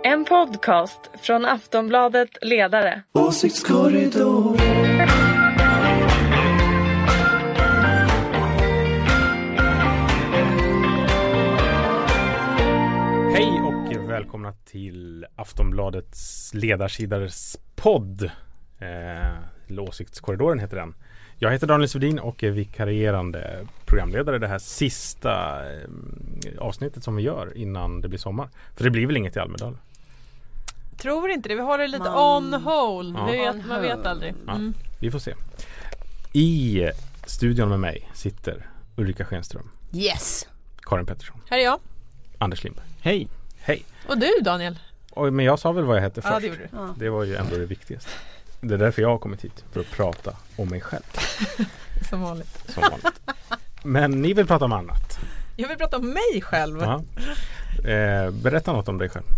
En podcast från Aftonbladet Ledare. Åsiktskorridor. Hej och välkomna till Aftonbladets ledarsidars podd. Åsiktskorridoren heter den. Jag heter Daniel Svedin och är vikarierande programledare det här sista avsnittet som vi gör innan det blir sommar. För det blir väl inget i Almedalen? Tror inte det. Vi har det lite on hold. Ja. Man vet aldrig. Ja, vi får se. I studion med mig sitter Ulrika Schenström. Yes. Karin Pettersson. Här är jag. Anders Lindberg. Hej. Hej. Och du, Daniel. Men jag sa väl vad jag hette först. Ja, det gjorde du. Ja. Det var ju ändå det viktigaste. Det är därför jag har kommit hit. För att prata om mig själv. Som vanligt. Som vanligt. Men ni vill prata om annat. Jag vill prata om mig själv. Ja. Berätta något om dig själv.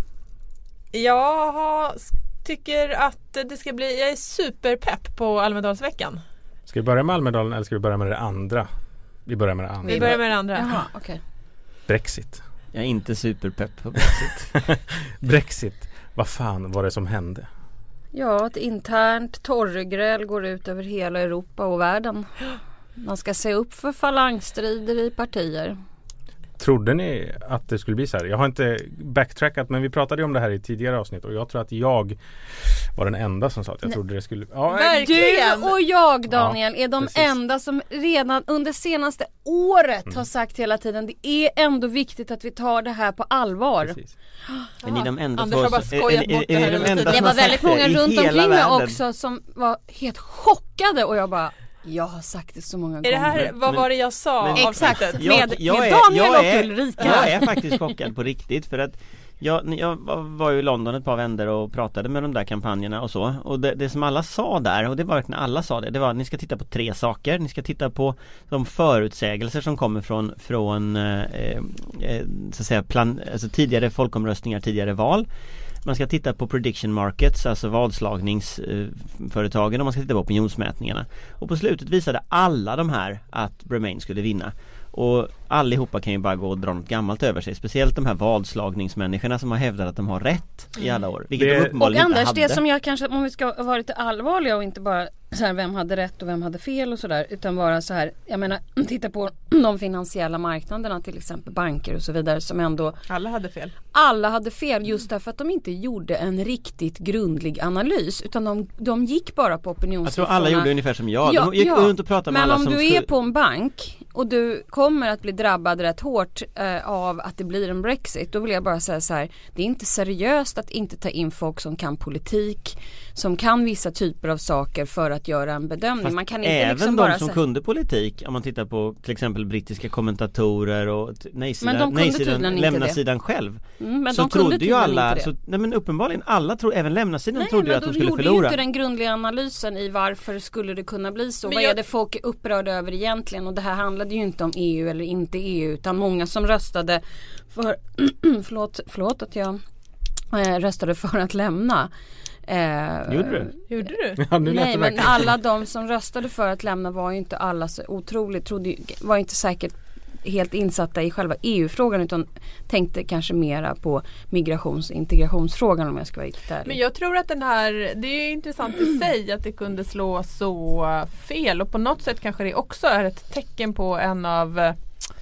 Jag tycker att det ska bli... Jag är superpepp på Almedalsveckan. Ska vi börja med Almedalen eller ska vi börja med det andra? Vi börjar med det andra. Vi börjar med det andra. Jaha, okej. Brexit. Jag är inte superpepp på Brexit. Brexit. Vad fan var det som hände? Ja, ett internt torrgräl går ut över hela Europa och världen. Man ska se upp för falangstrider i partier. Trodde ni att det skulle bli så här? Jag har inte backtrackat, men vi pratade ju om det här i tidigare avsnitt och jag tror att jag var den enda som sa att jag trodde det skulle... Ja, Verkligen. Du och jag, Daniel, är de precis. enda som redan under senaste året har sagt hela tiden det är ändå viktigt att vi tar det här på allvar. precis. Men ni är de enda Anders har bara skojat bort det här de hela enda tiden. Det som var har sagt väldigt många i runt hela omkring mig världen. också som var helt chockade och jag bara, jag har sagt det så många Är det gånger. här, vad var det jag sa? Men- Exakt, avsnittet? med Daniel och Ulrika. Jag är faktiskt chockad på riktigt för att jag var ju i London ett par vändor och pratade med de där kampanjerna och så. Och det som alla sa där, och det var verkligen alla sa det var att ni ska titta på 3 saker. Ni ska titta på de förutsägelser som kommer från så att säga alltså tidigare folkomröstningar, tidigare val. Man ska titta på prediction markets, alltså vadslagningsföretagen, och man ska titta på opinionsmätningarna. Och på slutet visade alla de här att Remain skulle vinna. Och allihopa kan ju bara gå och dra något gammalt över sig. Speciellt de här vadslagningsmänniskorna som har hävdat att de har rätt i alla år. Vilket de Och uppenbarligen inte Anders, hade. det som jag kanske, om vi ska vara lite allvarliga och inte bara så här, vem hade rätt och vem hade fel och sådär, utan vara så här, jag menar, titta på de finansiella marknaderna, till exempel banker och så vidare, som ändå Alla hade fel. alla hade fel just därför att de inte gjorde en riktigt grundlig analys, utan de gick bara på Jag opinionssiffrorna. tror alla gjorde ungefär som jag. De gick runt och pratade med men alla om som du är på en bank och du kommer att bli drabbad rätt hårt av att det blir en Brexit, då vill jag bara säga så här, det är inte seriöst att inte ta in folk som kan politik, som kan vissa typer av saker för att göra en bedömning. Fast man kan inte även liksom de bara som säga, kunde politik, om man tittar på till exempel brittiska kommentatorer och Men de kunde tydligen inte lämna det. sidan själv. men Så de kunde trodde ju alla inte det. nej men uppenbarligen alla även lämna sidan Nej, trodde ju men att de de skulle gjorde ju förlora. inte den grundliga analysen i varför skulle det kunna bli så. Men Vad jag- är det folk är upprörda över egentligen? Och det här handlade ju inte om EU eller inte EU, utan många som röstade för förlåt att jag röstade för att lämna. Gjorde du? Gjorde du? Ja, nu lät Nej, det men verkligen. alla de som röstade för att lämna var ju inte alla så otroligt, var inte säkert helt insatta i själva EU-frågan, utan tänkte kanske mera på migrations- och integrationsfrågan, om jag ska vara riktigt ärlig. Men jag tror att den här, det är ju intressant i sig att det kunde slå så fel, och på något sätt kanske det också är ett tecken på en av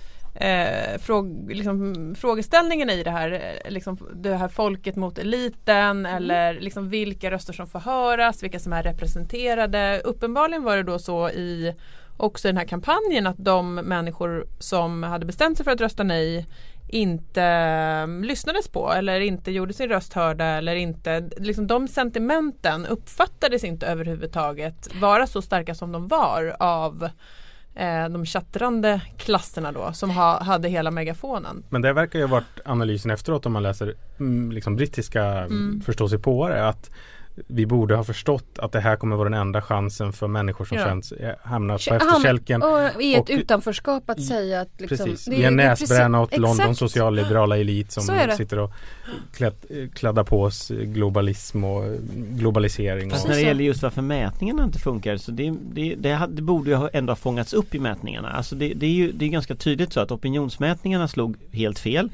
frågeställningen i det här folket mot eliten, eller liksom vilka röster som får höras, vilka som är representerade. Uppenbarligen var det då så i också den här kampanjen att de människor som hade bestämt sig för att rösta nej inte lyssnades på eller inte gjorde sin röst hörda, eller inte, liksom de sentimenten uppfattades inte överhuvudtaget vara så starka som de var av de chattrande klasserna då som hade hela megafonen. Men det verkar ju ha varit analysen efteråt om man läser liksom brittiska förståsigpåare, att vi borde ha förstått att det här kommer vara den enda chansen för människor som känns hamnar på efterkälken. Och i ett utanförskap att säga att liksom, precis, i en näsbränna åt Londons exakt. socialliberala elit som sitter och kladdar på oss globalism och globalisering. Fast Och när det gäller just varför mätningarna inte funkar, så det borde ju ändå ha fångats upp i mätningarna. Alltså det är ju ganska tydligt så att opinionsmätningarna slog helt fel.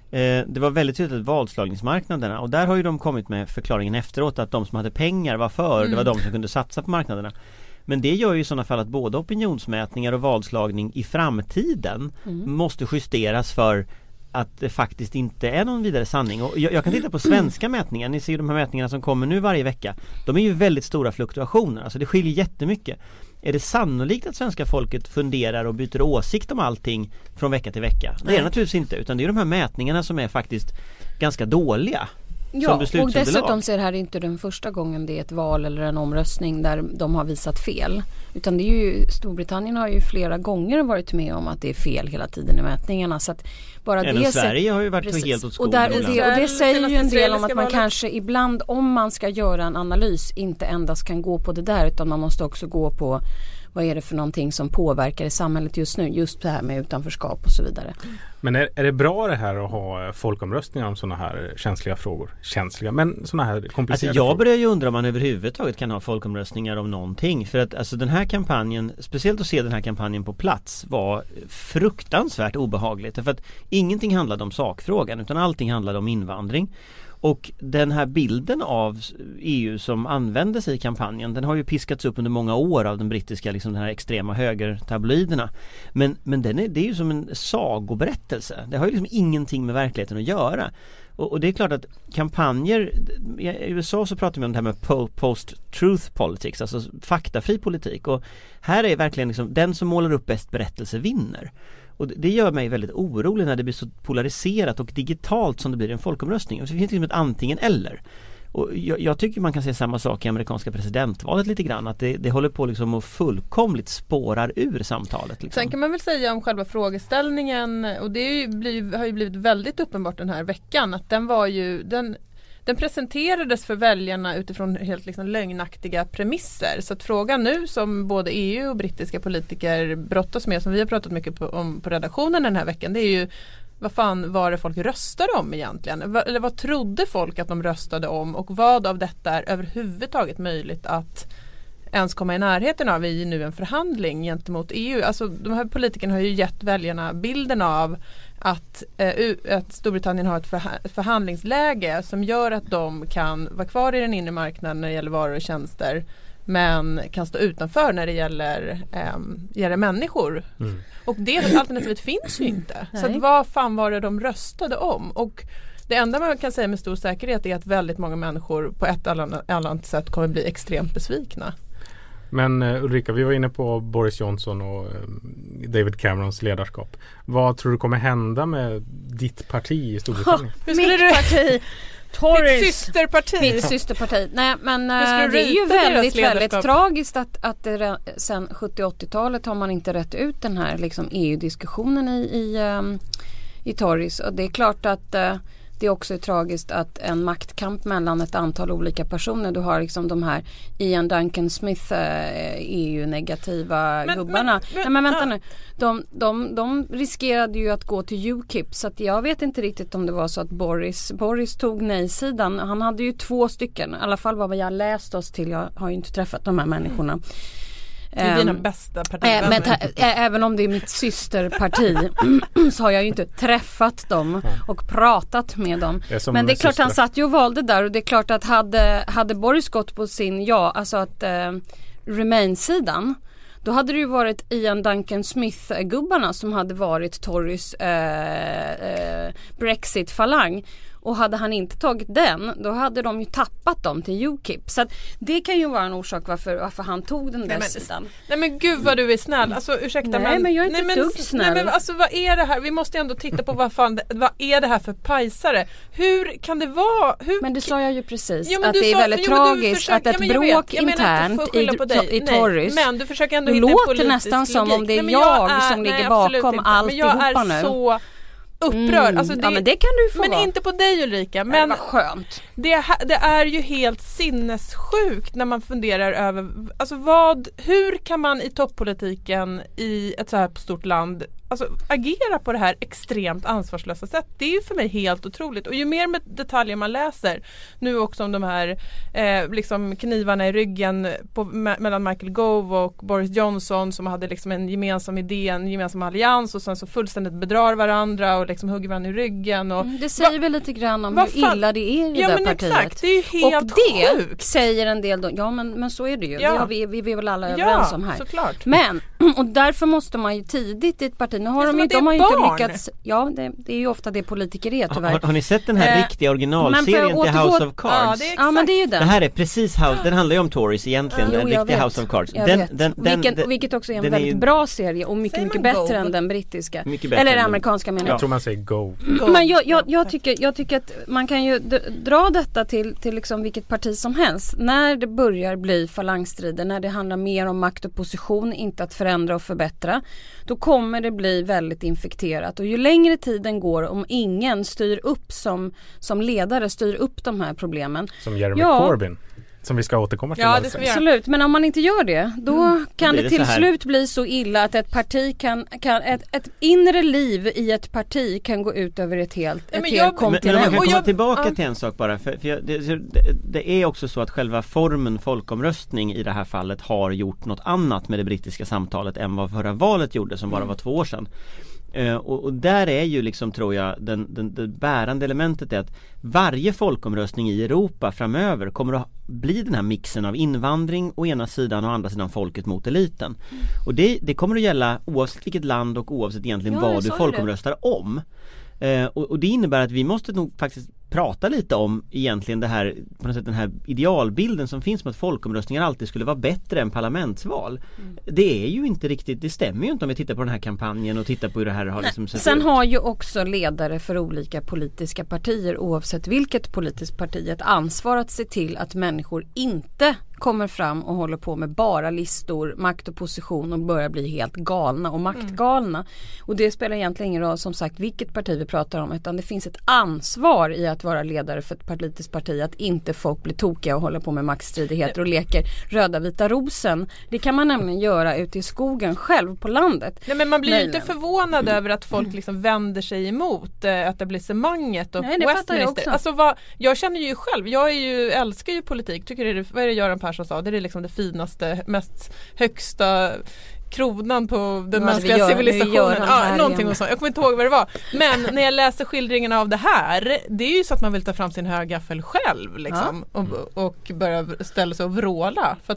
Det var väldigt tydligt vadslagningsmarknaderna, och där har ju de kommit med förklaringen efteråt att de som hade pengar var för, det var de som kunde satsa på marknaderna. Men det gör ju i sådana fall att både opinionsmätningar och vadslagning i framtiden måste justeras för att det faktiskt inte är någon vidare sanning. Och jag kan titta på svenska mätningar. Ni ser ju de här mätningarna som kommer nu varje vecka. De är ju väldigt stora fluktuationer. Alltså det skiljer jättemycket. Är det sannolikt att svenska folket funderar och byter åsikt om allting från vecka till vecka? Det är det naturligtvis inte. Utan det är de här mätningarna som är faktiskt ganska dåliga. Ja, och dessutom så är det här inte den första gången det är ett val eller en omröstning där de har visat fel. Utan det är ju, Storbritannien har ju flera gånger varit med om att det är fel hela tiden i mätningarna. Så att bara även det Sverige har ju varit helt åt skogen. Och det säger ju en del om att man kanske ibland, om man ska göra en analys, inte endast kan gå på det där, utan man måste också gå på vad är det för någonting som påverkar i samhället just nu, just det här med utanförskap och så vidare. Men är det bra det här att ha folkomröstningar om sådana här känsliga frågor? Känsliga, men sådana här komplicerade frågor. Jag börjar ju undra om man överhuvudtaget kan ha folkomröstningar om någonting. För att alltså den här kampanjen, speciellt att se den här kampanjen på plats, var fruktansvärt obehagligt. För att ingenting handlade om sakfrågan, utan allting handlade om invandring. Och den här bilden av EU som användes i kampanjen, den har ju piskats upp under många år av den brittiska, liksom den här extrema högertabloiderna. Men det är ju som en sagoberättelse. Det har ju liksom ingenting med verkligheten att göra. Och det är klart att kampanjer, i USA så pratar vi om det här med post-truth politics, alltså faktafri politik. Och här är verkligen liksom, den som målar upp bäst berättelse vinner. Och det gör mig väldigt orolig när det blir så polariserat och digitalt som det blir i en folkomröstning. Och så finns det liksom ett antingen eller. Och jag tycker man kan se samma sak i amerikanska presidentvalet lite grann. Att det håller på liksom att fullkomligt spårar ur samtalet. Liksom. Sen kan man väl säga om själva frågeställningen, och det har ju blivit väldigt uppenbart den här veckan, att den var ju... Den presenterades för väljarna utifrån helt liksom lögnaktiga premisser. Så att frågan nu som både EU och brittiska politiker brottas med, som vi har pratat mycket om på redaktionen den här veckan, det är ju vad fan var det folk röstade om egentligen? Eller vad trodde folk att de röstade om, och vad av detta är överhuvudtaget möjligt att ens komma i närheten av i nu en förhandling gentemot EU. Alltså de här politikerna har ju gett väljarna bilden av att Storbritannien har ett förhandlingsläge som gör att de kan vara kvar i den inre marknaden när det gäller varor och tjänster, men kan stå utanför när det gäller människor. Och det alternativet finns ju inte. Så att vad fan var det de röstade om? Och det enda man kan säga med stor säkerhet är att väldigt många människor på ett eller annat sätt kommer bli extremt besvikna. Men Ulrika, vi var inne på Boris Johnson och David Camerons ledarskap. Vad tror du kommer hända med ditt parti i Storbritannien? Mitt parti, Tories. Mitt systerparti. Nej, men det är ju väldigt tragiskt att det sen 70-80-talet har man inte rätt ut den här liksom EU-diskussionen i Tories. Och det är klart att det också är tragiskt att en maktkamp mellan ett antal olika personer, du har liksom de här Ian Duncan Smith EU-negativa gubbarna. Men vänta nu. De riskerade ju att gå till UKIP, så att jag vet inte riktigt om det var så att Boris tog nej-sidan. Han hade ju 2 stycken, i alla fall vad jag läst oss till. Jag har ju inte träffat de här människorna. Det är dina bästa partivänner. Även om det är mitt systerparti så har jag ju inte träffat dem och pratat med dem. Men det är klart han satt ju och valde där, och det är klart att hade Boris gått på sin alltså att Remain-sidan, då hade det ju varit Ian Duncan Smith-gubbarna som hade varit Tories Brexit-falang. Och hade han inte tagit den, då hade de ju tappat dem till UKIP. Så att det kan ju vara en orsak varför han tog den där sidan. Nej men gud vad du är snäll. Alltså ursäkta. Men jag är inte dugg snäll. Nej men alltså vad är det här? Vi måste ändå titta på vad är det här för pajsare? Hur kan det vara? Men det sa jag ju precis. Att det är väldigt tragiskt att ett bråk internt i Tories. Men du försöker ändå hitta en politisk nästan logik. Som om det är jag som ligger bakom alltihopa nu. Men jag är så upprörd. Alltså ja, men det kan du få. Men inte på dig Ulrika. Men det var skönt. Det är ju helt sinnessjukt när man funderar över, alltså hur kan man i toppolitiken i ett så här stort land agera på det här extremt ansvarslösa sätt. Det är ju för mig helt otroligt. Och ju mer med detaljer man läser, nu också om de här liksom knivarna i ryggen mellan Michael Gove och Boris Johnson som hade liksom en gemensam idé, en gemensam allians och sen så fullständigt bedrar varandra och liksom hugger varandra i ryggen. Och, det säger väl lite grann om hur illa det är i det där partiet. Exakt, det är ju helt och det sjukt. Säger en del då, ja men så är det ju. Det har vi är väl alla överens om här. Såklart. Men, och därför måste man ju tidigt i ett parti, nu har de har ju inte lyckats, det är ju ofta det politiker är tyvärr. Har ni sett den här riktiga originalserien till House of Cards? Ja, men det är ju den. Det här är precis den handlar ju om Tories egentligen, den riktiga House of Cards. Vilket också är en väldigt bra serie och mycket bättre än den brittiska. Eller den amerikanska menar jag. Jag tror man säger Go. Men jag tycker att man kan ju dra detta till liksom vilket parti som helst. När det börjar bli falangstrider, när det handlar mer om makt och position, inte att förändra och förbättra, då kommer det bli väldigt infekterat. Och ju längre tiden går, om ingen styr upp som ledare, styr upp de här problemen. Som Jeremy Corbyn. Som vi ska återkomma till. Ja, det ska vi göra. Absolut, men om man inte gör det, då kan det till slut bli så illa att ett parti ett inre liv i ett parti kan gå ut över ett helt kontinent. Men man kan komma tillbaka till en sak bara, för det är också så att själva formen folkomröstning i det här fallet har gjort något annat med det brittiska samtalet än vad förra valet gjorde som bara var 2 år sedan. Och där är ju liksom, tror jag, det bärande elementet är att varje folkomröstning i Europa framöver kommer att bli den här mixen av invandring å ena sidan och andra sidan folket mot eliten. Och det kommer att gälla oavsett vilket land och oavsett egentligen vad du folkomröstar om. Och det innebär att vi måste nog faktiskt prata lite om egentligen det här, på något sätt den här idealbilden som finns med att folkomröstningar alltid skulle vara bättre än parlamentsval. Det är ju inte riktigt, det stämmer ju inte om vi tittar på den här kampanjen och tittar på hur det här har liksom sett Sen ut. har ju också ledare för olika politiska partier, oavsett vilket politiskt parti, ett ansvar att se till att människor inte kommer fram och håller på med bara listor, makt och position och börjar bli helt galna och maktgalna. Och det spelar egentligen ingen roll, som sagt, vilket parti vi pratar om, utan det finns ett ansvar i att vara ledare för ett politiskt parti, att inte folk blir tokiga och håller på med maktstridigheter och leker röda vita rosen. Det kan man nämligen göra ute i skogen själv på landet. Nej, men man blir inte förvånad över att folk liksom vänder sig emot etablissemanget och Westminster. Alltså jag känner ju själv, älskar ju politik, tycker vad är det Göran Persson sa, det är liksom det finaste, mest högsta kronan på den mänskliga civilisationen. Någonting och så. Jag kommer inte ihåg vad det var. Men när jag läser skildringarna av det här, det är ju så att man vill ta fram sin högaffel själv liksom, och börja ställa sig och vråla för att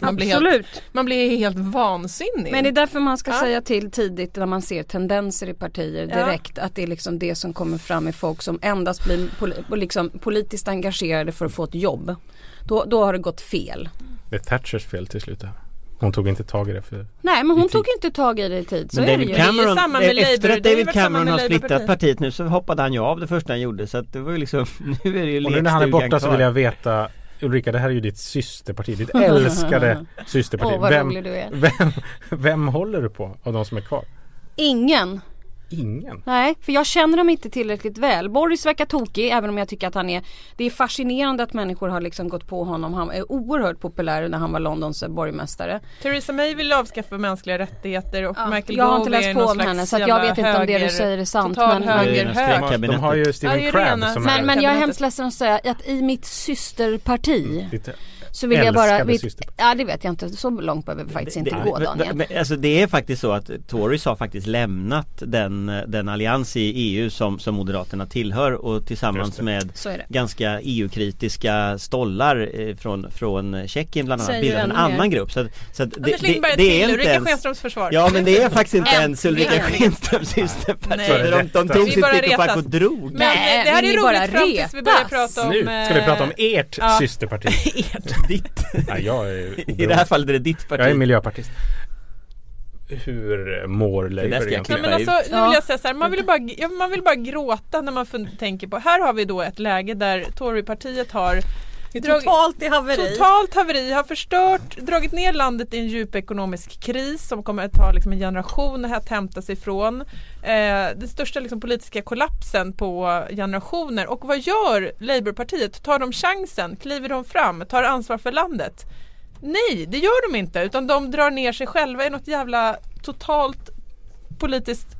man blir helt vansinnig. Men det är därför man ska säga till tidigt när man ser tendenser i partier direkt att det är liksom det som kommer fram i folk som endast blir liksom politiskt engagerade för att få ett jobb. Då har det gått fel. Det är Thatchers fel till slut här. Hon tog inte tag i det för... Nej, men hon tog inte tag i det i tid. Så men är det ju. Efter att David Cameron har splittat partiet nu så hoppade han ju av det första han gjorde. Så att det var ju liksom... Nu är det ju och nu när han är borta så vill jag veta... Ulrika, det här är ju ditt systerparti. Ditt älskade systerparti. Vad rolig du är. Vem håller du på av de som är kvar? Ingen. Ingen? Nej, för jag känner dem inte tillräckligt väl. Boris verkar tokig, även om jag tycker att det är fascinerande att människor har liksom gått på honom. Han är oerhört populär när han var Londons borgmästare. Theresa May vill avskaffa mänskliga rättigheter och Michael Gove. Jag har inte läst på om henne så att jag vet inte om det du säger är sant. De har ju Stephen Crabb som men jag är hemskt ledsen att säga att i mitt systerparti så vill jag bara... det vet jag inte. Så långt behöver vi faktiskt inte gå, Daniel. Men, alltså, det är faktiskt så att Tories har faktiskt lämnat den allians i EU som Moderaterna tillhör och tillsammans med ganska EU-kritiska stollar från Tjeckien bland annat bildat en annan grupp. Så det är inte Ulrika Schenströms försvar. Ja, men det är faktiskt inte ens Ulrika Schenströms systerparti. De tog sitt pick och pack och drog. Men det här är roligt fram tills vi börjar prata om... Nu ska vi prata om ert systerparti. Ditt. Nej, jag är i det här fallet är det ditt parti. Jag är miljöpartist. Hur mår Labour egentligen? Men alltså, nu vill jag säga så här, man vill bara gråta när man tänker på, här har vi då ett läge där Torypartiet har totalt haveri, har dragit ner landet i en djup ekonomisk kris som kommer att ta liksom en generation att hämta sig ifrån. Den största liksom politiska kollapsen på generationer. Och vad gör Labourpartiet? Tar de chansen? Kliver de fram? Tar ansvar för landet? Nej, det gör de inte. Utan de drar ner sig själva i något jävla totalt politiskt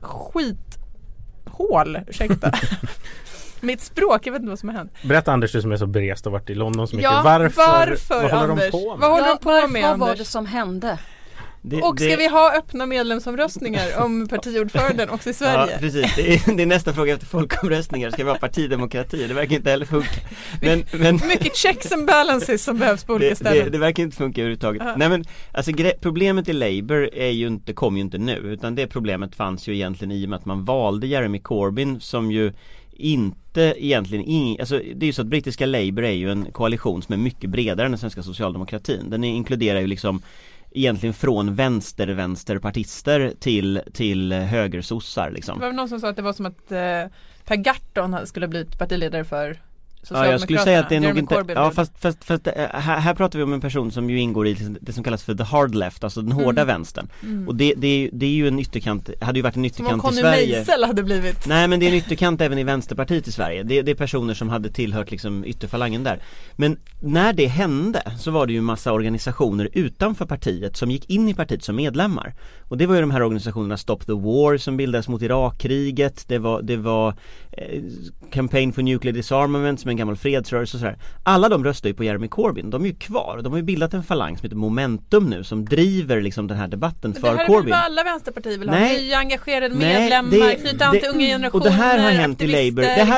skithål, ursäkta. Mitt språk, jag vet inte vad som har hänt. Berätta Anders, du som är så berest och varit i London så mycket. Ja, Varför vad håller Anders? de på med? Vad håller de på med, vad var Anders? det som hände? Och ska vi ha öppna medlemsomröstningar om partiordföranden också i Sverige? Ja, precis. Det är nästa fråga efter folkomröstningar. Ska vi ha partidemokrati? Det verkar inte heller funka. Men mycket checks and balances som behövs på olika ställen. Det verkar inte funka överhuvudtaget. Nej, men alltså, problemet i Labour kom ju inte nu, utan det problemet fanns ju egentligen i och med att man valde Jeremy Corbyn, som ju inte egentligen alltså det är ju så att brittiska Labour är ju en koalition som är mycket bredare än den svenska socialdemokratin. Den inkluderar ju liksom egentligen från vänsterpartister till högersossar liksom. Det var någon som sa att det var som att Per Gahrton skulle bli partiledare för Ja, jag skulle säga att det är nog inte. Ja, fast här pratar vi om en person som ju ingår i det som kallas för the hard left, alltså den hårda vänstern. Och det är ju en ytterkant, hade ju varit en ytterkant i Sverige. Som Meisel hade blivit. Nej, men det är en ytterkant även i Vänsterpartiet i Sverige. Det är personer som hade tillhört liksom ytterfalangen där. Men när det hände så var det ju en massa organisationer utanför partiet som gick in i partiet som medlemmar. Och det var ju de här organisationerna Stop the War som bildades mot Irakkriget. Det var Campaign for Nuclear Disarmament som en gammal fredsrörelse och sådär. Alla de röstar ju på Jeremy Corbyn. De är ju kvar. De har ju bildat en falang som heter Momentum nu, som driver liksom den här debatten för Corbyn. Det här är väl alla vänsterpartier vill ha. Nya engagerade medlemmar, knyta an till unga generationer. Och det här har hänt i Labour.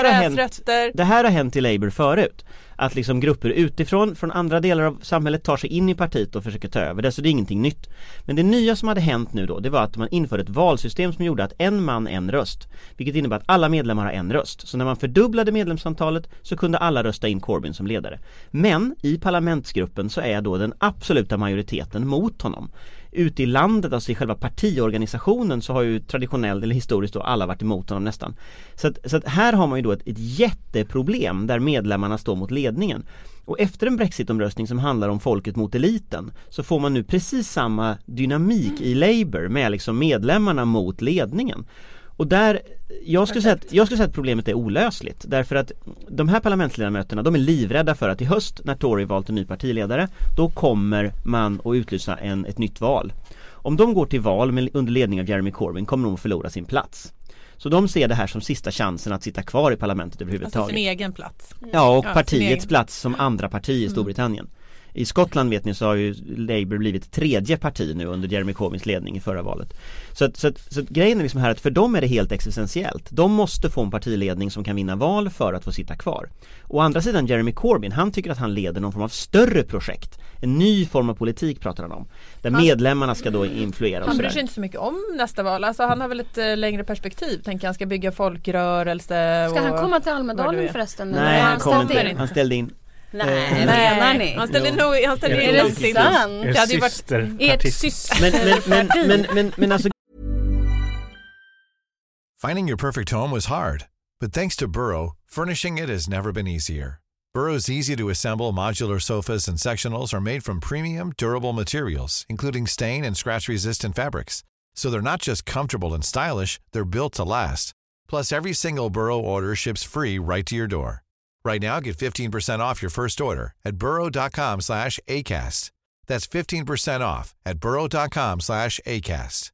Det här har hänt i Labour förut. Att liksom grupper utifrån, från andra delar av samhället, tar sig in i partiet och försöker ta över det, så det är ingenting nytt. Men det nya som hade hänt nu då, det var att man införde ett valsystem som gjorde att en man, en röst. Vilket innebär att alla medlemmar har en röst. Så när man fördubblade medlemsantalet så kunde alla rösta in Corbyn som ledare. Men i parlamentsgruppen så är då den absoluta majoriteten mot honom. Ute i landet, alltså i själva partiorganisationen, så har ju traditionellt eller historiskt då alla varit emot honom nästan. Så att här har man ju då ett jätteproblem där medlemmarna står mot ledningen. Och efter en Brexit-omröstning som handlar om folket mot eliten, så får man nu precis samma dynamik i Labour med liksom medlemmarna mot ledningen. Och där, jag skulle säga att problemet är olösligt. Därför att de här parlamentsledamöterna, de är livrädda för att i höst, när Tory valt en ny partiledare, då kommer man att utlysa ett nytt val. Om de går till val under ledning av Jeremy Corbyn kommer de att förlora sin plats. Så de ser det här som sista chansen att sitta kvar i parlamentet överhuvudtaget. Alltså sin egen plats. Ja, och partiets plats som andra parti i Storbritannien. I Skottland vet ni så har ju Labour blivit tredje parti nu under Jeremy Corbyns ledning i förra valet. Så grejen är liksom här att för dem är det helt existentiellt. De måste få en partiledning som kan vinna val för att få sitta kvar. Å andra sidan Jeremy Corbyn, han tycker att han leder någon form av större projekt. En ny form av politik pratar han om. Där medlemmarna ska då influera. Han bryr sig inte så mycket om nästa val. Alltså han har väl ett längre perspektiv. Tänker han ska bygga folkrörelse. Ska han komma till Almedalen förresten? Nej, han ställde in. Nej, menar ni? Han ställde in är det sant? Det hade ju varit ert syster. Men alltså Finding your perfect home was hard, but thanks to Burrow, furnishing it has never been easier. Burrow's easy-to-assemble modular sofas and sectionals are made from premium, durable materials, including stain and scratch-resistant fabrics. So they're not just comfortable and stylish, they're built to last. Plus, every single Burrow order ships free right to your door. Right now, get 15% off your first order at burrow.com/ACAST. That's 15% off at burrow.com/ACAST.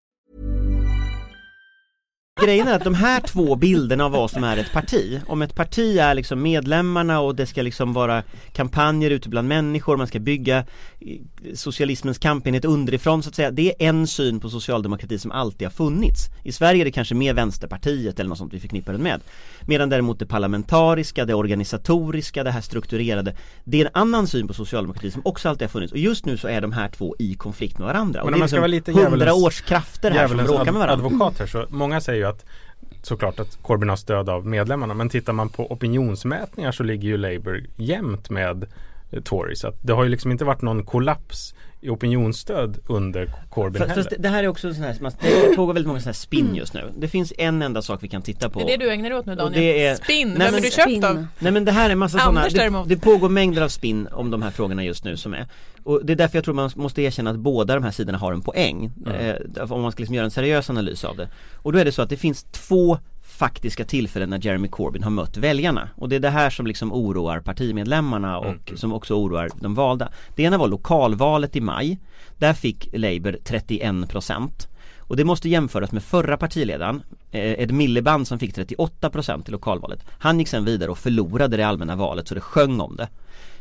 Grejen är att de här två bilderna av vad som är ett parti, om ett parti är liksom medlemmarna och det ska liksom vara kampanjer ute bland människor, man ska bygga socialismens kampenhet underifrån så att säga, det är en syn på socialdemokrati som alltid har funnits. I Sverige är det kanske mer Vänsterpartiet eller något sånt vi förknippar den med. Medan däremot det parlamentariska, det organisatoriska, det här strukturerade, det är en annan syn på socialdemokrati som också alltid har funnits. Och just nu så är de här två i konflikt med varandra. Men och det är man ska vara lite 100 års krafter här som bråkar med varandra. Advokat här, så många säger ju att såklart att Corbyn har stöd av medlemmarna, men tittar man på opinionsmätningar så ligger ju Labour jämnt med Tory, så att det har ju liksom inte varit någon kollaps i opinionsstöd under Corbyn heller. Det här är också sån här, det pågår väldigt många sån här spin just nu. Det finns en enda sak vi kan titta på. Det är det du ägnar dig åt nu, Daniel. Det är, spin, vem är du köpt av? Nej, men det här är massa sådana, det pågår mängder av spin om de här frågorna just nu som är. Och det är därför jag tror man måste erkänna att båda de här sidorna har en poäng. Om man ska liksom göra en seriös analys av det. Och då är det så att det finns två faktiska tillfällen när Jeremy Corbyn har mött väljarna. Och det är det här som liksom oroar partimedlemmarna och som också oroar de valda. Det ena var lokalvalet i maj. Där fick Labour 31%. Och det måste jämföras med förra partiledaren Ed Miliband som fick 38% i lokalvalet. Han gick sen vidare och förlorade det allmänna valet så det sjöng om det.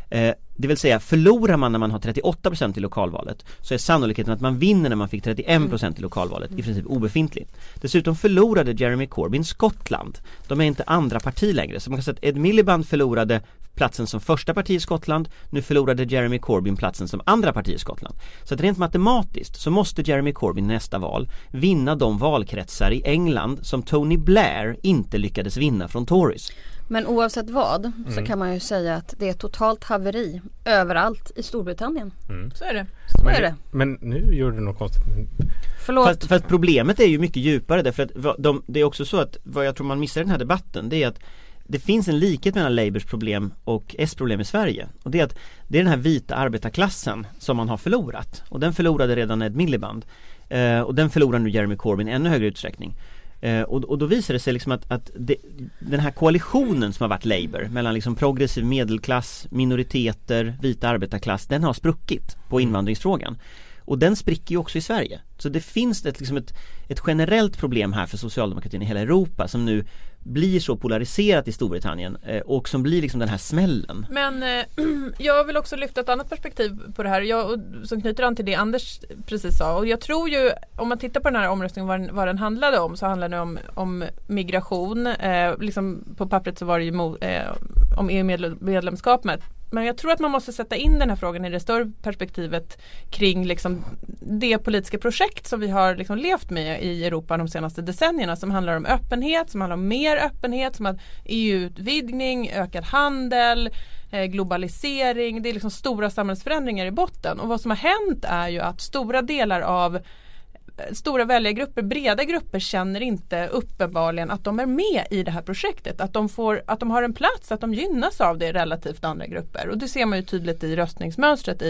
Det vill säga, förlorar man när man har 38% i lokalvalet så är sannolikheten att man vinner när man fick 31% i lokalvalet i princip obefintlig. Dessutom förlorade Jeremy Corbyn Skottland. De är inte andra parti längre. Så man kan säga att Ed Miliband förlorade platsen som första parti i Skottland. Nu förlorade Jeremy Corbyn platsen som andra parti i Skottland. Så att rent matematiskt så måste Jeremy Corbyn nästa val vinna de valkretsar i England som Tony Blair inte lyckades vinna från Tories. Men oavsett vad så kan man ju säga att det är totalt haveri överallt i Storbritannien. Så är det. Så är det. Men nu gjorde du något konstigt. Förlåt. Fast problemet är ju mycket djupare därför att det är också så att vad jag tror man missar i den här debatten det är att det finns en likhet mellan Labours problem och S-problem i Sverige. Och det är att det är den här vita arbetarklassen som man har förlorat. Och den förlorade redan Ed Miliband. Och den förlorar nu Jeremy Corbyn i ännu högre utsträckning. Och då visar det sig liksom att den här koalitionen som har varit Labour mellan liksom progressiv medelklass, minoriteter, vita arbetarklass, den har spruckit på invandringsfrågan. Och den spricker ju också i Sverige. Så det finns ett generellt problem här för socialdemokratin i hela Europa som nu blir så polariserat i Storbritannien och som blir liksom den här smällen. Men jag vill också lyfta ett annat perspektiv på det här som knyter an till det Anders precis sa. Och jag tror ju, om man tittar på den här omröstningen vad den handlade om, så handlade det om migration. Liksom på pappret så var det ju om EU-medlemskapet. Men jag tror att man måste sätta in den här frågan i det större perspektivet kring liksom det politiska projekt som vi har liksom levt med i Europa de senaste decennierna, som handlar om öppenhet, som handlar om mer öppenhet, som att EU-utvidgning, ökad handel, globalisering, det är liksom stora samhällsförändringar i botten. Och vad som har hänt är ju att stora delar av stora väljargrupper, breda grupper känner inte uppenbarligen att de är med i det här projektet, att de har en plats, att de gynnas av det relativt andra grupper. Och det ser man ju tydligt i röstningsmönstret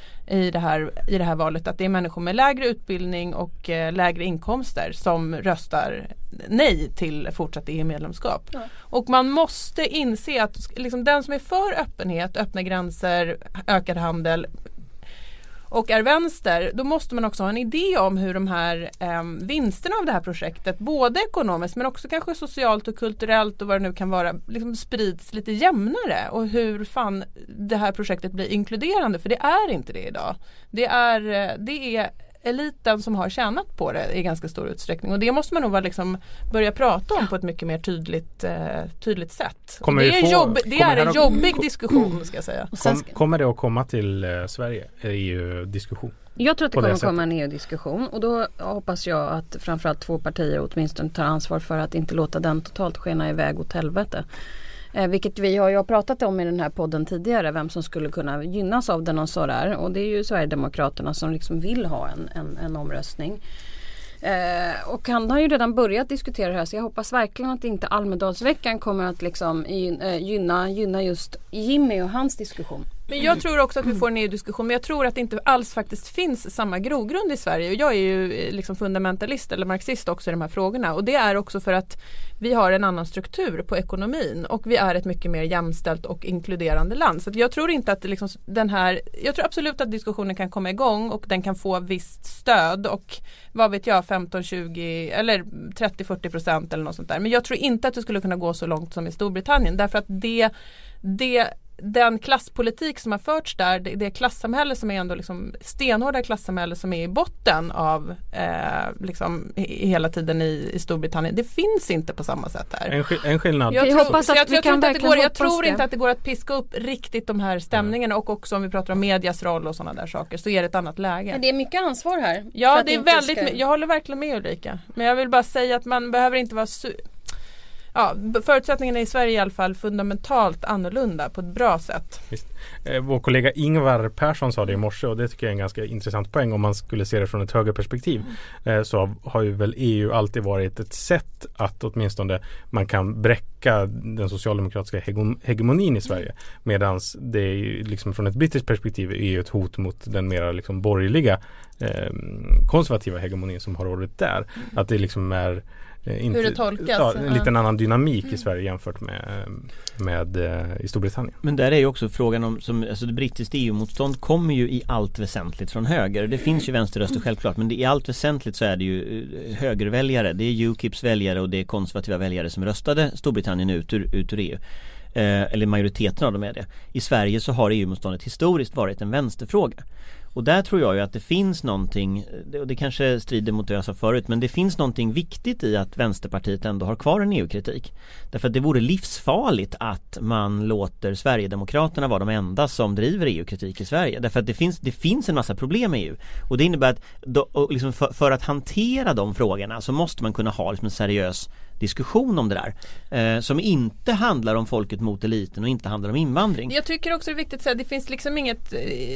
i det här valet, att det är människor med lägre utbildning och lägre inkomster som röstar nej till fortsatt EU-medlemskap. Ja. Och man måste inse att liksom den som är för öppenhet, öppna gränser, ökad handel och är vänster, då måste man också ha en idé om hur de här vinsterna av det här projektet, både ekonomiskt men också kanske socialt och kulturellt och vad det nu kan vara, liksom sprids lite jämnare, och hur fan det här projektet blir inkluderande, för det är inte det idag. Det är eliten som har tjänat på det i ganska stor utsträckning, och det måste man nog liksom börja prata om på ett mycket mer tydligt sätt. Det är en jobbig diskussion, ska jag säga. Kommer det att komma till Sverige, EU-diskussion? Jag tror att det kommer att komma en EU-diskussion, och då hoppas jag att framförallt 2 partier åtminstone tar ansvar för att inte låta den totalt skena iväg åt helvete. Vilket vi har ju pratat om i den här podden tidigare, vem som skulle kunna gynnas av den och sådär. Och det är ju Sverigedemokraterna som liksom vill ha en omröstning. Och han har ju redan börjat diskutera det här, så jag hoppas verkligen att inte Almedalsveckan kommer att liksom gynna just Jimmy och hans diskussion. Men jag tror också att vi får en EU-diskussion, men jag tror att det inte alls faktiskt finns samma grogrund i Sverige. Och jag är ju liksom fundamentalist eller marxist också i de här frågorna, och det är också för att vi har en annan struktur på ekonomin och vi är ett mycket mer jämställt och inkluderande land. Så att jag tror inte att liksom jag tror absolut att diskussionen kan komma igång och den kan få visst stöd, och vad vet jag, 15-20 eller 30-40% eller något sånt där. Men jag tror inte att det skulle kunna gå så långt som i Storbritannien, därför att den klasspolitik som har förts där, det klassamhälle som är ändå liksom stenhårda klassamhälle som är i botten av liksom hela tiden i Storbritannien, det finns inte på samma sätt här. En skillnad. Jag tror inte att det går att piska upp riktigt de här stämningarna, och också om vi pratar om medias roll och sådana där saker, så är det ett annat läge. Men det är mycket ansvar här. Ja, det är väldigt jag håller verkligen med Ulrika. Men jag vill bara säga att man behöver inte vara förutsättningarna i Sverige är i alla fall fundamentalt annorlunda på ett bra sätt. Visst. Vår kollega Ingvar Persson sa det i morse, och det tycker jag är en ganska intressant poäng om man skulle se det från ett högre perspektiv. Så har ju väl EU alltid varit ett sätt att åtminstone man kan bräcka den socialdemokratiska hegemonin i Sverige, medan det är ju liksom från ett brittiskt perspektiv är EU ett hot mot den mera liksom borgerliga konservativa hegemonin som har rådet där. Att det liksom är hur det tolkas. Ja, en liten annan dynamik i Sverige jämfört med i Storbritannien. Men där är ju också frågan om, alltså det brittiska EU-motstånd kommer ju i allt väsentligt från höger. Det finns ju vänsterröster självklart, men i allt väsentligt så är det ju högerväljare. Det är UKIPs väljare och det är konservativa väljare som röstade Storbritannien ut ur EU. Eller majoriteten av dem är det. I Sverige så har EU-motståndet historiskt varit en vänsterfråga. Och där tror jag ju att det finns någonting, och det kanske strider mot det jag sa förut, men det finns någonting viktigt i att Vänsterpartiet ändå har kvar en EU-kritik. Därför att det vore livsfarligt att man låter Sverigedemokraterna vara de enda som driver EU-kritik i Sverige. Därför att det finns en massa problem med EU. Och det innebär att liksom för att hantera de frågorna så måste man kunna ha liksom en seriös diskussion om det där som inte handlar om folket mot eliten och inte handlar om invandring. Jag tycker också det är viktigt att säga att det finns liksom inget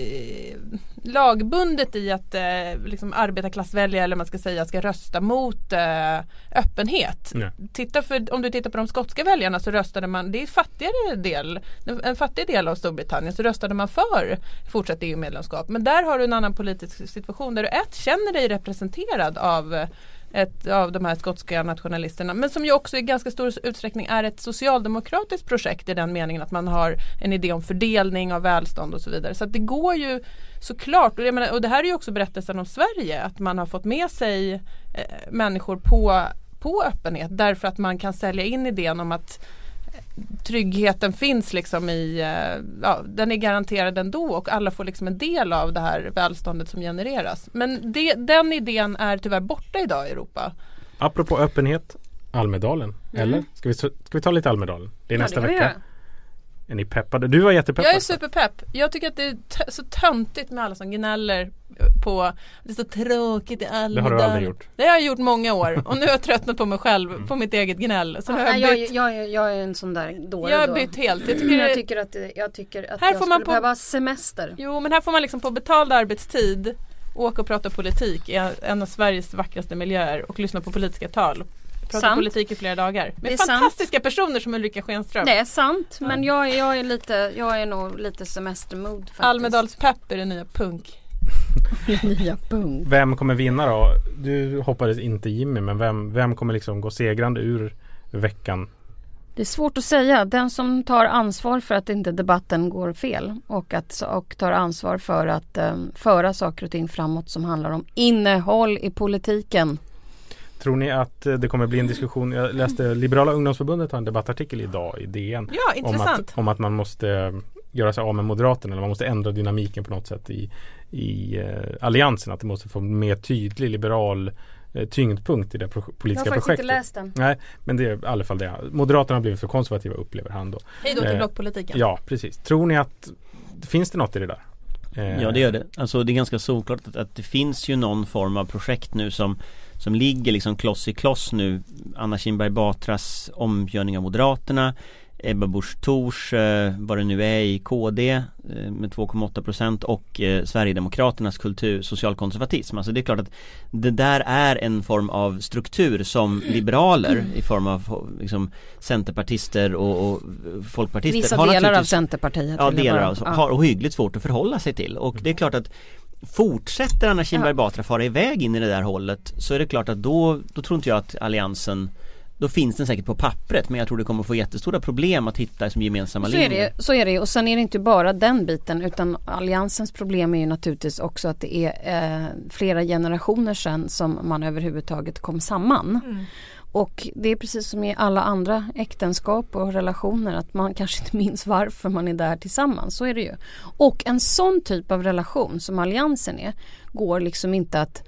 lagbundet i att liksom arbetarklassväljare eller man ska säga ska rösta mot öppenhet. Om du tittar på de skotska väljarna så röstade man, det är en fattig del av Storbritannien, så röstade man för fortsatt EU-medlemskap. Men där har du en annan politisk situation där du känner dig representerad av de här skotska nationalisterna, men som ju också i ganska stor utsträckning är ett socialdemokratiskt projekt i den meningen att man har en idé om fördelning av välstånd och så vidare. Så att det går ju såklart, och det här är ju också berättelsen om Sverige, att man har fått med sig människor på öppenhet därför att man kan sälja in idén om att tryggheten finns liksom den är garanterad ändå och alla får liksom en del av det här välståndet som genereras. Men den idén är tyvärr borta idag i Europa. Apropå öppenhet, Almedalen. Eller? Ska vi ta lite Almedalen? Det är nästa vecka. Är ni peppade? Du var jättepeppad. Jag är superpepp. Jag tycker att det är så töntigt med alla som gnäller på det är så tråkigt i Almedalen. Det har du aldrig gjort. Det har jag gjort många år och nu har jag tröttnat på mig själv, på mitt eget gnäll. Så jag är en sån där dåre. Jag har bytt helt. Jag tycker att här jag skulle behöva semester. Jo, men här får man liksom på betald arbetstid åka och prata politik i en av Sveriges vackraste miljöer och lyssna på politiska tal. Prata politik i flera dagar. Med fantastiska personer som Ulrika Schenström. Det är sant, men jag är nog lite semestermod faktiskt. Almedalspepp är det nya punk. Vem kommer vinna då? Du hoppades inte Jimmy, men vem kommer liksom gå segrande ur veckan? Det är svårt att säga. Den som tar ansvar för att inte debatten går fel och tar ansvar för att föra saker och ting framåt som handlar om innehåll i politiken. Tror ni att det kommer bli en diskussion? Jag läste Liberala ungdomsförbundet har en debattartikel idag i DN. Ja, intressant. Om att man måste göra sig av med Moderaterna, eller man måste ändra dynamiken på något sätt i alliansen. Att det måste få mer tydlig liberal tyngdpunkt i det politiska projektet. Jag har faktiskt inte läst den. Nej, men det är i alla fall det. Moderaterna har blivit för konservativa, upplever han då. Hej då till blockpolitiken. Ja, precis. Tror ni att finns det något i det där? Ja, det gör det. Alltså det är ganska såklart att det finns ju någon form av projekt nu som ligger liksom kloss i kloss nu. Anna Kinberg Batras omgörning av Moderaterna, Ebba Busch Thors vad det nu är i KD med 2,8% och Sverigedemokraternas socialkonservatism. Alltså det är klart att det där är en form av struktur som liberaler i form av liksom centerpartister och folkpartister vissa har delar av Centerpartiet har hyggligt svårt att förhålla sig till. Och det är klart att fortsätter Anna Kinberg Batra fara iväg in i det där hållet, så är det klart att då tror inte jag att alliansen, då finns den säkert på pappret, men jag tror det kommer få jättestora problem att hitta som gemensamma linjer. Så är det, och sen är det inte bara den biten, utan alliansens problem är ju naturligtvis också att det är flera generationer sedan som man överhuvudtaget kom samman. Och det är precis som i alla andra äktenskap och relationer, att man kanske inte minns varför man är där tillsammans. Så är det ju. Och en sån typ av relation som alliansen är, går liksom inte att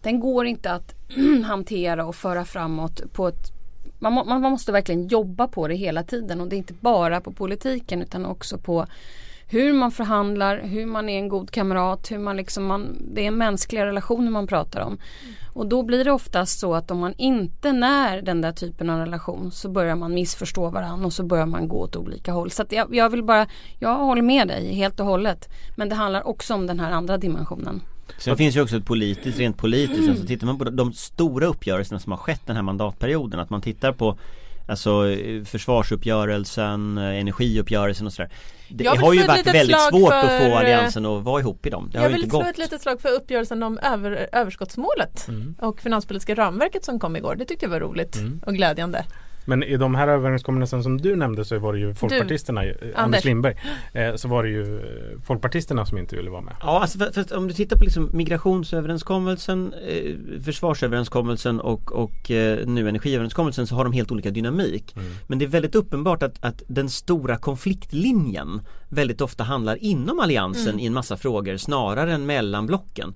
hantera och föra framåt på ett... Man måste verkligen jobba på det hela tiden, och det är inte bara på politiken utan också på hur man förhandlar, hur man är en god kamrat, hur det är mänskliga relationer man pratar om. Och då blir det oftast så att om man inte när den där typen av relation, så börjar man missförstå varandra och så börjar man gå åt olika håll. Så att jag håller med dig helt och hållet, men det handlar också om den här andra dimensionen. Sen finns ju också ett rent politiskt, alltså tittar man på de stora uppgörelserna som har skett den här mandatperioden, att man tittar på Alltså försvarsuppgörelsen, energiuppgörelsen och sådär. Det Jag vill har ju slå ett varit litet väldigt slag svårt för- att få alliansen att vara ihop i dem. Det har Jag ju vill inte slå gått. ett litet slag för uppgörelsen om överskottsmålet och finanspolitiska ramverket som kom igår. Det tyckte jag var roligt och glädjande. Men i de här överenskommelserna som du nämnde så var det ju folkpartisterna, Anders Lindberg, så var det ju folkpartisterna som inte ville vara med. Ja, alltså för om du tittar på liksom migrationsöverenskommelsen, försvarsöverenskommelsen och nu energiöverenskommelsen, så har de helt olika dynamik. Men det är väldigt uppenbart att den stora konfliktlinjen väldigt ofta handlar inom alliansen i en massa frågor snarare än mellan blocken.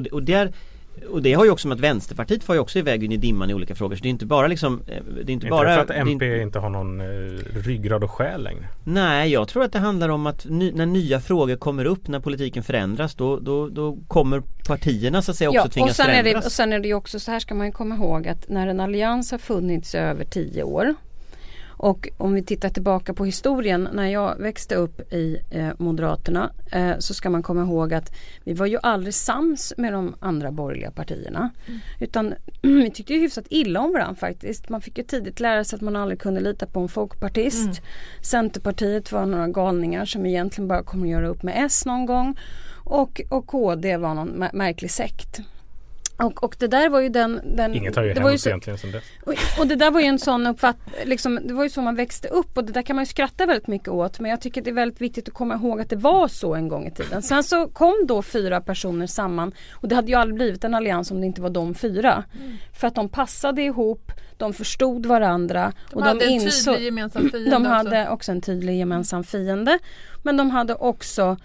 Och det har ju också med att Vänsterpartiet får ju också iväg in i dimman i olika frågor. Så det är inte bara liksom... Det är inte bara för att MP inte har någon ryggrad och själ längre. Nej, jag tror att det handlar om att när nya frågor kommer upp, när politiken förändras, då kommer partierna så att säga också tvingas förändras. Och sen är det ju också, så här ska man ju komma ihåg, att när en allians har funnits i över 10 år, och om vi tittar tillbaka på historien, när jag växte upp i Moderaterna, så ska man komma ihåg att vi var ju aldrig sams med de andra borgerliga partierna. Utan vi tyckte ju hyfsat illa om varandra faktiskt. Man fick ju tidigt lära sig att man aldrig kunde lita på en folkpartist. Centerpartiet var några galningar som egentligen bara kommer att göra upp med S någon gång. Och KD var någon märklig sekt. Och det där var ju den Inget har ju hänt egentligen som det. Och det där var ju en sån liksom, det var ju så man växte upp, och det där kan man ju skratta väldigt mycket åt, men jag tycker det är väldigt viktigt att komma ihåg att det var så en gång i tiden. Sen så kom då 4 personer samman, och det hade ju aldrig blivit en allians om det inte var de 4. För att de passade ihop, de förstod varandra och de insåg, en tydlig gemensam fiende. De hade också en tydlig gemensam fiende, men de hade också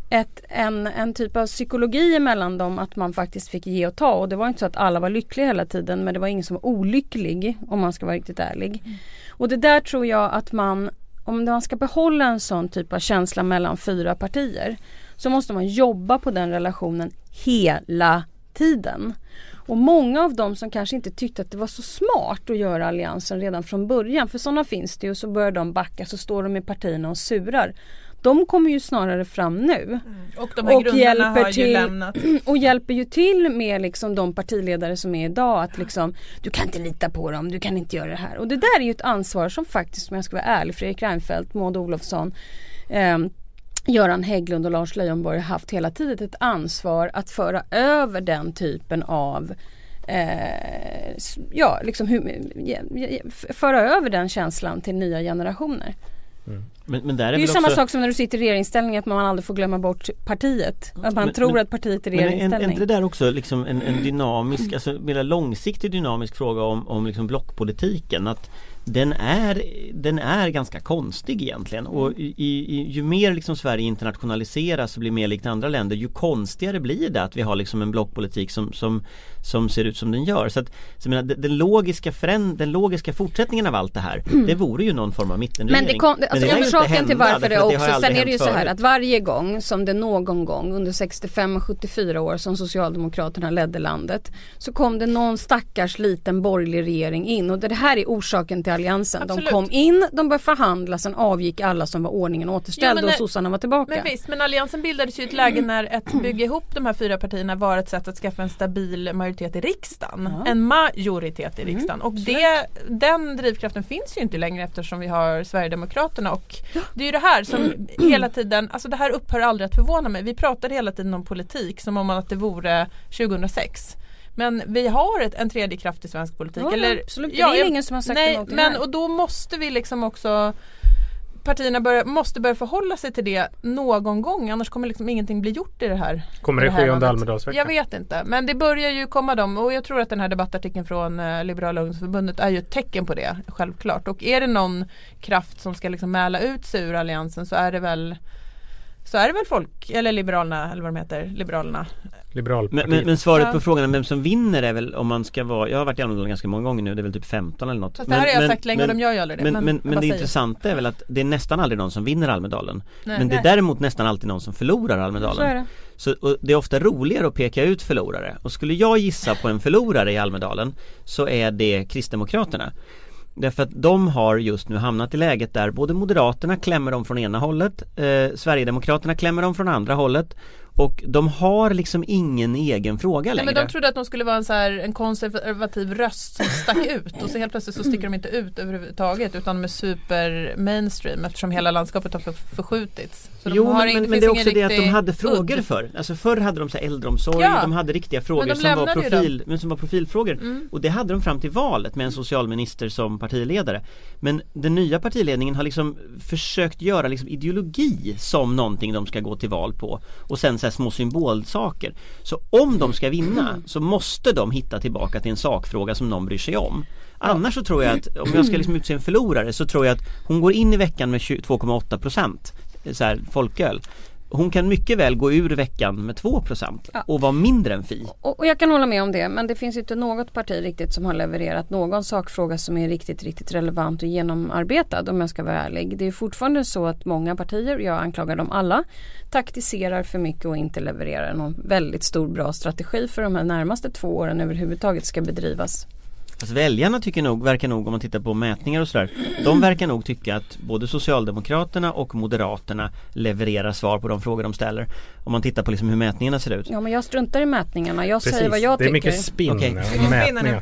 en typ av psykologi emellan dem, att man faktiskt fick ge och ta, och det var inte så att alla var lyckliga hela tiden, men det var ingen som var olycklig, om man ska vara riktigt ärlig. Och det där tror jag att om man ska behålla en sån typ av känsla mellan 4 partier, så måste man jobba på den relationen hela tiden. Och många av dem som kanske inte tyckte att det var så smart att göra alliansen redan från början, för sådana finns det ju, och så börjar de backa, så står de i partierna och surar. De kommer ju snarare fram nu. Och de här grundarna har ju lämnat. Och hjälper ju till med liksom de partiledare som är idag, att liksom, du kan inte lita på dem, du kan inte göra det här. Och det där är ju ett ansvar som faktiskt, om jag ska vara ärlig, Fredrik Reinfeldt, Maud Olofsson, Göran Hägglund och Lars Leijonborg har haft hela tiden ett ansvar att föra över den typen av föra över den känslan till nya generationer. Men där det är ju samma sak som när du sitter i regeringsställning, att man aldrig får glömma bort partiet. Att man tror att partiet är i regeringsställning. Men är det där också liksom en dynamisk, alltså mer långsiktig dynamisk fråga om liksom blockpolitiken, att den är ganska konstig egentligen, och ju mer liksom Sverige internationaliseras och blir mer likt andra länder, ju konstigare blir det att vi har liksom en blockpolitik som ser ut som den gör. Så jag menar, den logiska fortsättningen av allt det här, det vore ju någon form av mittenregering. Men orsaken till varför det också, sen är det ju så här att varje gång som det någon gång under 65 och 74 år som Socialdemokraterna ledde landet, så kom det någon stackars liten borgerlig regering in, och det här är orsaken till alliansen. Absolut. De kom in, de började förhandla, sen avgick alla som var ordningen återställd, och sossarna var tillbaka. Men visst, men alliansen bildades ju i ett läge när att bygga ihop de här 4 partierna var ett sätt att skaffa en stabil majoritet i riksdagen. Ja. En majoritet i riksdagen. Och den drivkraften finns ju inte längre, eftersom vi har Sverigedemokraterna, och det är ju det här som hela tiden, alltså det här upphör aldrig att förvåna mig. Vi pratar hela tiden om politik som om att det vore 2006. Men vi har en tredje kraft i svensk politik. Ja, eller, absolut. Det är ingen som har sagt emot det här. Och då måste vi liksom också, partierna måste börja förhålla sig till det någon gång, annars kommer liksom ingenting bli gjort i det här. Kommer det ske under Almedalsveckan? Jag vet inte, men det börjar ju komma dem, och jag tror att den här debattartikeln från Liberala ungdomsförbundet är ju ett tecken på det, självklart. Och är det någon kraft som ska liksom mäla ut sig ur alliansen, så är det väl folk, eller Liberalerna, eller vad de heter, Liberalerna. Men svaret på frågan om vem som vinner är väl, om man ska vara, jag har varit i Almedalen ganska många gånger nu, det är väl typ 15 eller något. Fast det här har jag sagt länge, och de gör ju aldrig det. Men det intressanta är väl att det är nästan aldrig någon som vinner Almedalen. Men det är däremot nästan alltid någon som förlorar Almedalen. Så är det. Och det är ofta roligare att peka ut förlorare. Och skulle jag gissa på en förlorare i Almedalen, så är det Kristdemokraterna. Därför att de har just nu hamnat i läget där både Moderaterna klämmer dem från ena hållet, Sverigedemokraterna klämmer dem från andra hållet, Och de har liksom ingen egen fråga längre. Men de trodde att de skulle vara en konservativ röst som stack ut. Och så helt plötsligt så sticker de inte ut överhuvudtaget. Utan de är super mainstream eftersom hela landskapet har förskjutits. Så jo, men det är också det att de hade frågor förr. Alltså förr hade de så här äldreomsorg, de hade riktiga frågor som var profilfrågor. Och det hade de fram till valet med en socialminister som partiledare. Men den nya partiledningen har liksom försökt göra liksom ideologi som någonting de ska gå till val på. Och sen så här små symbolsaker. Så om de ska vinna så måste de hitta tillbaka till en sakfråga som någon bryr sig om. Annars så tror jag att om jag ska liksom utse en förlorare så tror jag att hon går in i veckan med 2,8% så här folköl. Hon kan mycket väl gå ur veckan med 2% och vara mindre än Fi. Och jag kan hålla med om det, men det finns ju inte något parti riktigt som har levererat någon sakfråga som är riktigt relevant och genomarbetad, om jag ska vara ärlig. Det är fortfarande så att många partier, jag anklagar dem alla, taktiserar för mycket och inte levererar någon väldigt stor bra strategi för de här närmaste 2 åren överhuvudtaget ska bedrivas. Alltså väljarna verkar nog, om man tittar på mätningar och sådär, de verkar nog tycka att både Socialdemokraterna och Moderaterna levererar svar på de frågor de ställer. Om man tittar på liksom hur mätningarna ser ut. Ja, men jag struntar i mätningarna. Jag säger vad jag tycker. Det är mycket spinn och mätningar.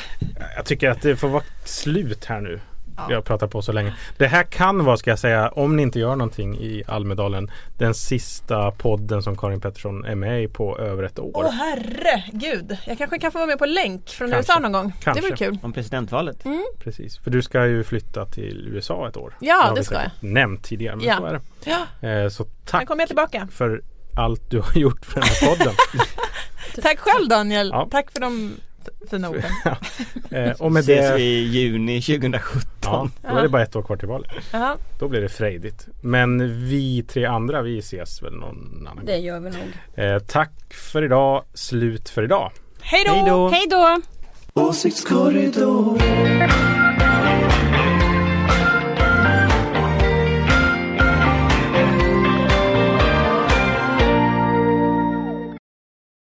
Jag tycker att det får vara slut här nu. Jag har pratat på så länge. Det här kan vara, ska jag säga, om ni inte gör någonting i Almedalen, den sista podden som Karin Pettersson är med i på över ett år. Herregud, jag kanske kan få vara med på länk från USA någon gång. Det blir kul. Om presidentvalet. Precis, för du ska ju flytta till USA ett år. Ja, det ska jag. Nämnt tidigare, men så är det. Så tack för allt du har gjort för den här podden. Tack själv Daniel. Ja. Tack för de fina orden. Och med ses vi i juni 2017. Ja, då är det bara ett år kvar till valet. Då blir det frejdigt. Men vi 3 andra, vi ses väl någon annan gång. Det gör vi nog. Tack för idag. Slut för idag. Hej då! Hej då! Åsiktskorridor.